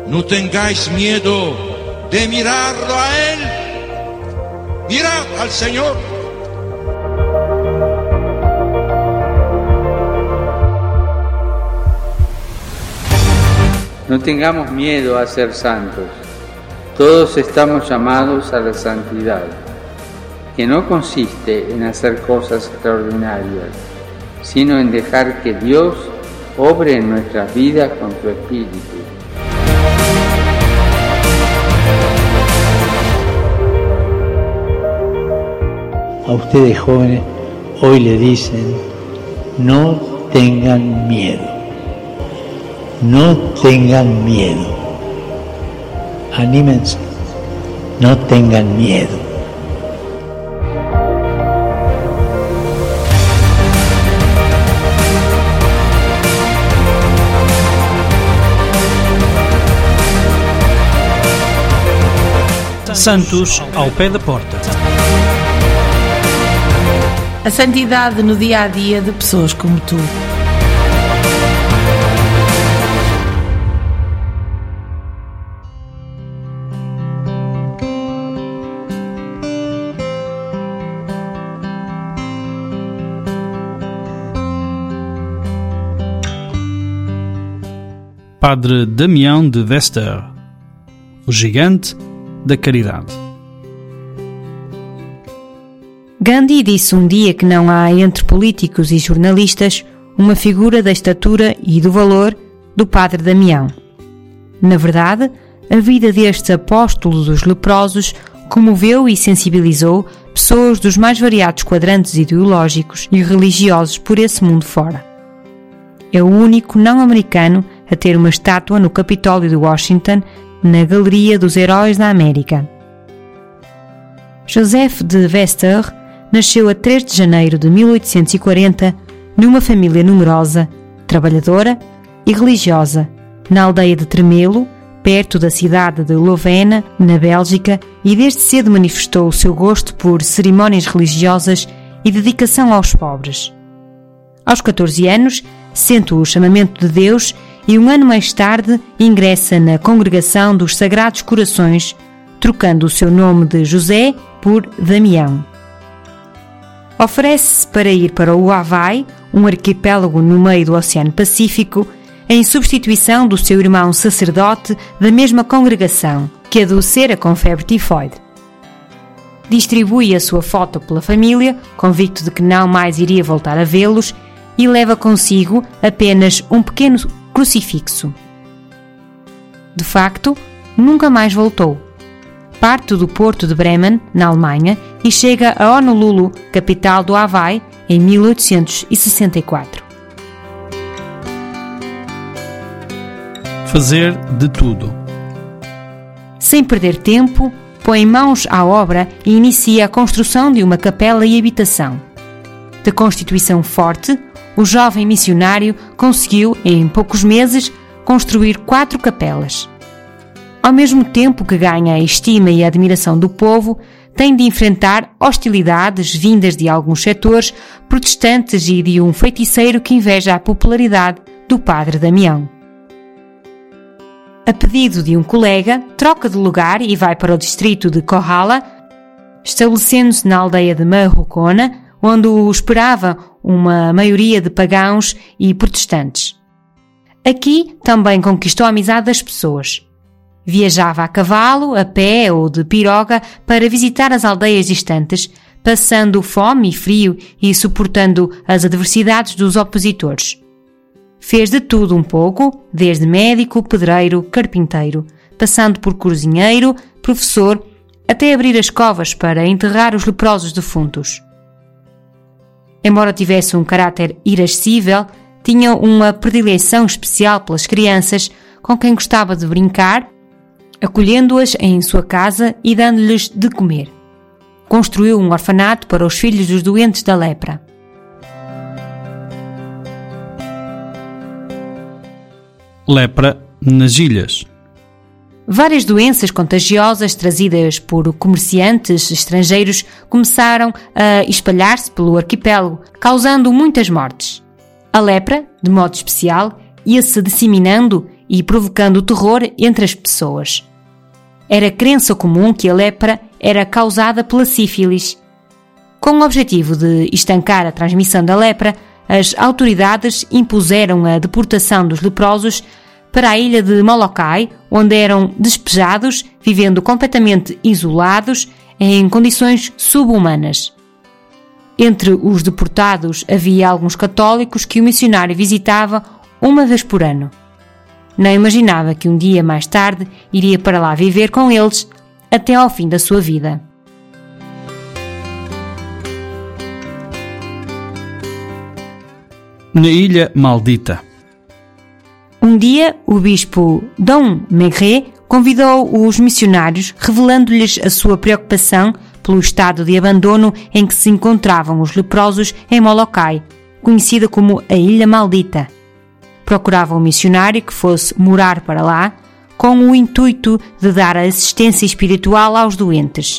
no tengáis miedo de mirarlo a Él. Mirad al Señor. No tengamos miedo a ser santos. Todos estamos llamados a la santidad, que no consiste en hacer cosas extraordinarias, sino en dejar que Dios obre en nuestras vidas con su Espíritu. A ustedes jóvenes hoy le dicen, no tengan miedo, no tengan miedo, anímense, no tengan miedo. Santos ao pé da porta. A santidade no dia-a-dia de pessoas como tu. Padre Damião de Vester, o gigante da caridade. Gandhi disse um dia que não há entre políticos e jornalistas uma figura da estatura e do valor do Padre Damião. Na verdade, a vida destes apóstolos dos leprosos comoveu e sensibilizou pessoas dos mais variados quadrantes ideológicos e religiosos por esse mundo fora. É o único não-americano a ter uma estátua no Capitólio de Washington, na Galeria dos Heróis da América. Joseph de Vester nasceu a 3 de janeiro de 1840 numa família numerosa, trabalhadora e religiosa, na aldeia de Tremelo, perto da cidade de Louvain, na Bélgica, e desde cedo manifestou o seu gosto por cerimónias religiosas e dedicação aos pobres. Aos 14 anos, sente o chamamento de Deus e um ano mais tarde ingressa na Congregação dos Sagrados Corações, trocando o seu nome de José por Damião. Oferece-se para ir para o Havaí, um arquipélago no meio do Oceano Pacífico, em substituição do seu irmão sacerdote da mesma congregação, que adoecera com febre tifoide. Distribui a sua foto pela família, convicto de que não mais iria voltar a vê-los, e leva consigo apenas um pequeno crucifixo. De facto, nunca mais voltou. Parte do porto de Bremen, na Alemanha, e chega a Honolulu, capital do Havaí, em 1864. Fazer de tudo. Sem perder tempo, põe mãos à obra e inicia a construção de uma capela e habitação. De constituição forte, o jovem missionário conseguiu, em poucos meses, construir 4 capelas. Ao mesmo tempo que ganha a estima e a admiração do povo, tem de enfrentar hostilidades vindas de alguns setores protestantes e de um feiticeiro que inveja a popularidade do Padre Damião. A pedido de um colega, troca de lugar e vai para o distrito de Kohala, estabelecendo-se na aldeia de Marrocona, onde o esperava uma maioria de pagãos e protestantes. Aqui também conquistou a amizade das pessoas. Viajava a cavalo, a pé ou de piroga para visitar as aldeias distantes, passando fome e frio e suportando as adversidades dos opositores. Fez de tudo um pouco, desde médico, pedreiro, carpinteiro, passando por cozinheiro, professor, até abrir as covas para enterrar os leprosos defuntos. Embora tivesse um caráter irascível, tinha uma predileção especial pelas crianças, com quem gostava de brincar, acolhendo-as em sua casa e dando-lhes de comer. Construiu um orfanato para os filhos dos doentes da lepra. Lepra nas ilhas. Várias doenças contagiosas trazidas por comerciantes estrangeiros começaram a espalhar-se pelo arquipélago, causando muitas mortes. A lepra, de modo especial, ia-se disseminando e provocando terror entre as pessoas. Era crença comum que a lepra era causada pela sífilis. Com o objetivo de estancar a transmissão da lepra, as autoridades impuseram a deportação dos leprosos para a ilha de Molokai, onde eram despejados, vivendo completamente isolados, em condições subhumanas. Entre os deportados havia alguns católicos que o missionário visitava uma vez por ano. Não imaginava que um dia mais tarde iria para lá viver com eles até ao fim da sua vida. Na Ilha Maldita. Um dia, o bispo Dom Maigret convidou os missionários, revelando-lhes a sua preocupação pelo estado de abandono em que se encontravam os leprosos em Molokai, conhecida como a Ilha Maldita. Procurava um missionário que fosse morar para lá, com o intuito de dar assistência espiritual aos doentes.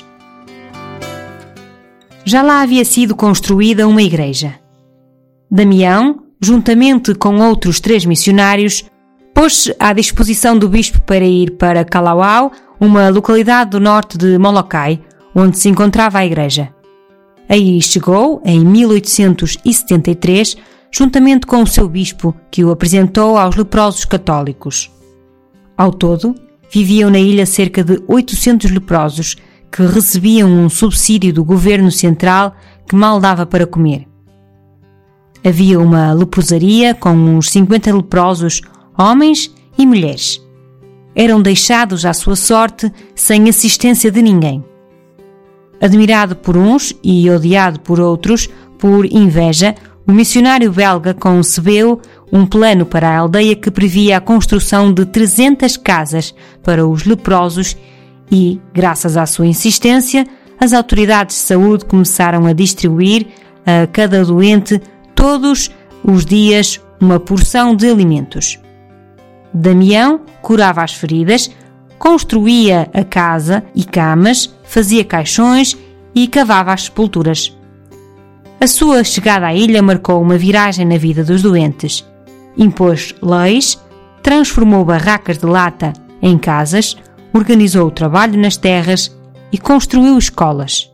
Já lá havia sido construída uma igreja. Damião, juntamente com outros 3 missionários, pôs-se à disposição do bispo para ir para Kalawao, uma localidade do norte de Molokai, onde se encontrava a igreja. Aí chegou, em 1873, juntamente com o seu bispo, que o apresentou aos leprosos católicos. Ao todo, viviam na ilha cerca de 800 leprosos que recebiam um subsídio do governo central que mal dava para comer. Havia uma leprosaria com uns 50 leprosos, homens e mulheres. Eram deixados à sua sorte sem assistência de ninguém. Admirado por uns e odiado por outros, por inveja, o missionário belga concebeu um plano para a aldeia que previa a construção de 300 casas para os leprosos e, graças à sua insistência, as autoridades de saúde começaram a distribuir a cada doente todos os dias uma porção de alimentos. Damião curava as feridas, construía a casa e camas, fazia caixões e cavava as sepulturas. A sua chegada à ilha marcou uma viragem na vida dos doentes. Impôs leis, transformou barracas de lata em casas, organizou o trabalho nas terras e construiu escolas.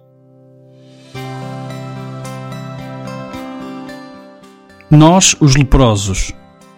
Nós, os leprosos.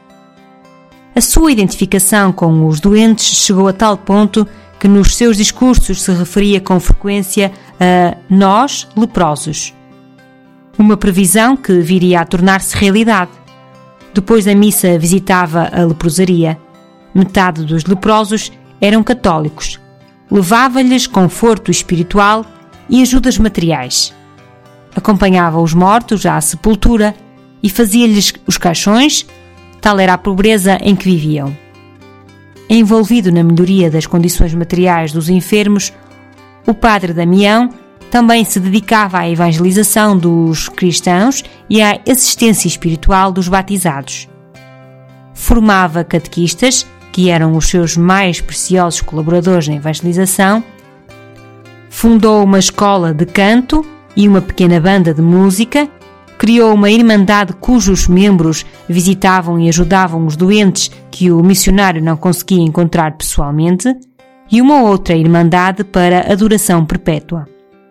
A sua identificação com os doentes chegou a tal ponto que nos seus discursos se referia com frequência a nós, leprosos. Uma previsão que viria a tornar-se realidade. Depois da missa visitava a leprosaria. Metade dos leprosos eram católicos. Levava-lhes conforto espiritual e ajudas materiais. Acompanhava os mortos à sepultura e fazia-lhes os caixões, tal era a pobreza em que viviam. Envolvido na melhoria das condições materiais dos enfermos, o padre Damião também se dedicava à evangelização dos cristãos e à assistência espiritual dos batizados. Formava catequistas, que eram os seus mais preciosos colaboradores na evangelização, fundou uma escola de canto e uma pequena banda de música, criou uma irmandade cujos membros visitavam e ajudavam os doentes que o missionário não conseguia encontrar pessoalmente, e uma outra irmandade para adoração perpétua.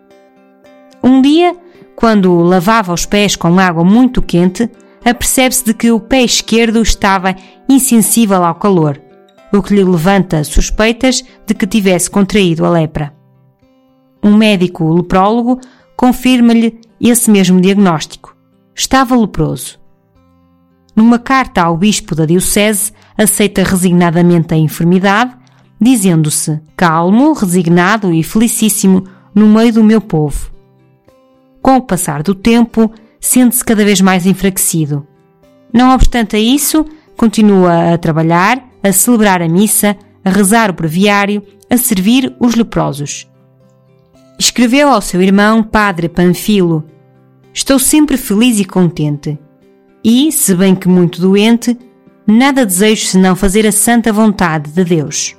Um dia, quando lavava os pés com água muito quente, apercebe-se de que o pé esquerdo estava insensível ao calor, o que lhe levanta suspeitas de que tivesse contraído a lepra. Um médico leprólogo confirma-lhe esse mesmo diagnóstico. Estava leproso. Numa carta ao bispo da diocese, aceita resignadamente a enfermidade, dizendo-se calmo, resignado e felicíssimo no meio do meu povo. Com o passar do tempo, sente-se cada vez mais enfraquecido. Não obstante a isso, continua a trabalhar, a celebrar a missa, a rezar o breviário, a servir os leprosos. Escreveu ao seu irmão, padre Panfilo: estou sempre feliz e contente. E, se bem que muito doente, nada desejo senão fazer a santa vontade de Deus.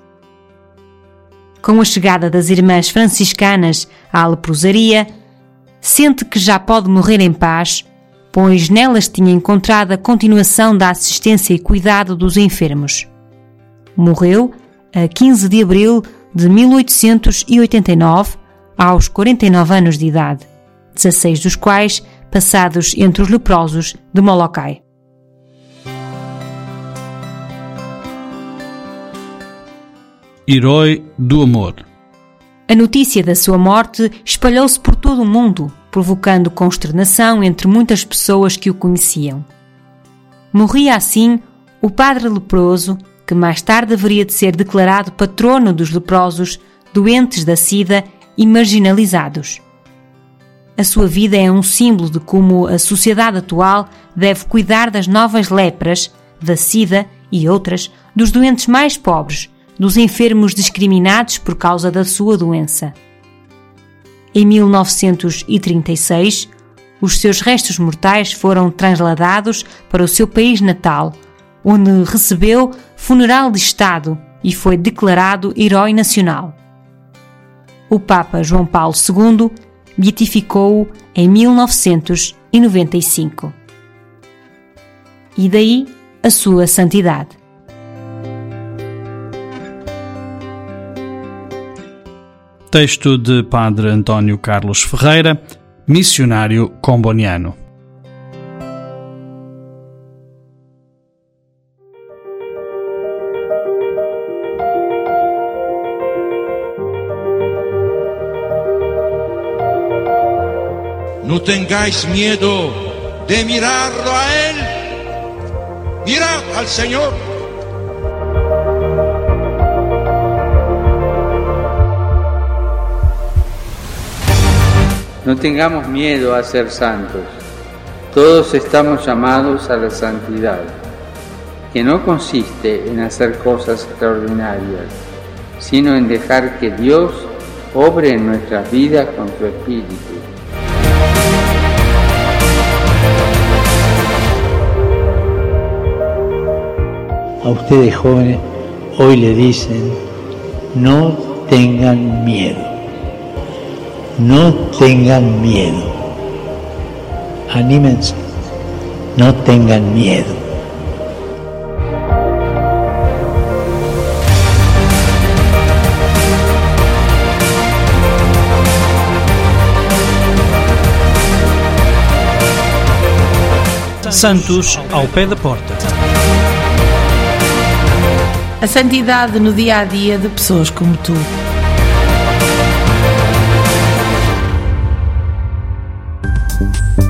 Com a chegada das irmãs franciscanas à leprosaria, sente que já pode morrer em paz, pois nelas tinha encontrado a continuação da assistência e cuidado dos enfermos. Morreu a 15 de abril de 1889, aos 49 anos de idade, 16 dos quais passados entre os leprosos de Molokai. Herói do amor. A notícia da sua morte espalhou-se por todo o mundo, provocando consternação entre muitas pessoas que o conheciam. Morria assim o padre leproso, que mais tarde haveria de ser declarado patrono dos leprosos, doentes da sida e marginalizados. A sua vida é um símbolo de como a sociedade atual deve cuidar das novas lepras, da sida e outras, dos doentes mais pobres, dos enfermos discriminados por causa da sua doença. Em 1936, os seus restos mortais foram transladados para o seu país natal, onde recebeu funeral de Estado e foi declarado herói nacional. O Papa João Paulo II beatificou-o em 1995. E daí a sua santidade. Texto de Padre António Carlos Ferreira, missionário comboniano. No tengáis miedo de mirarlo a Él. Mirad al Señor. No tengamos miedo a ser santos. Todos estamos llamados a la santidad, que no consiste en hacer cosas extraordinarias, sino en dejar que Dios obre en nuestras vidas con su Espíritu. A ustedes jóvenes hoy le dicen, no tengan miedo, no tengan miedo, anímense, no tengan miedo. Santos ao pé da porta. A santidade no dia a dia de pessoas como tu.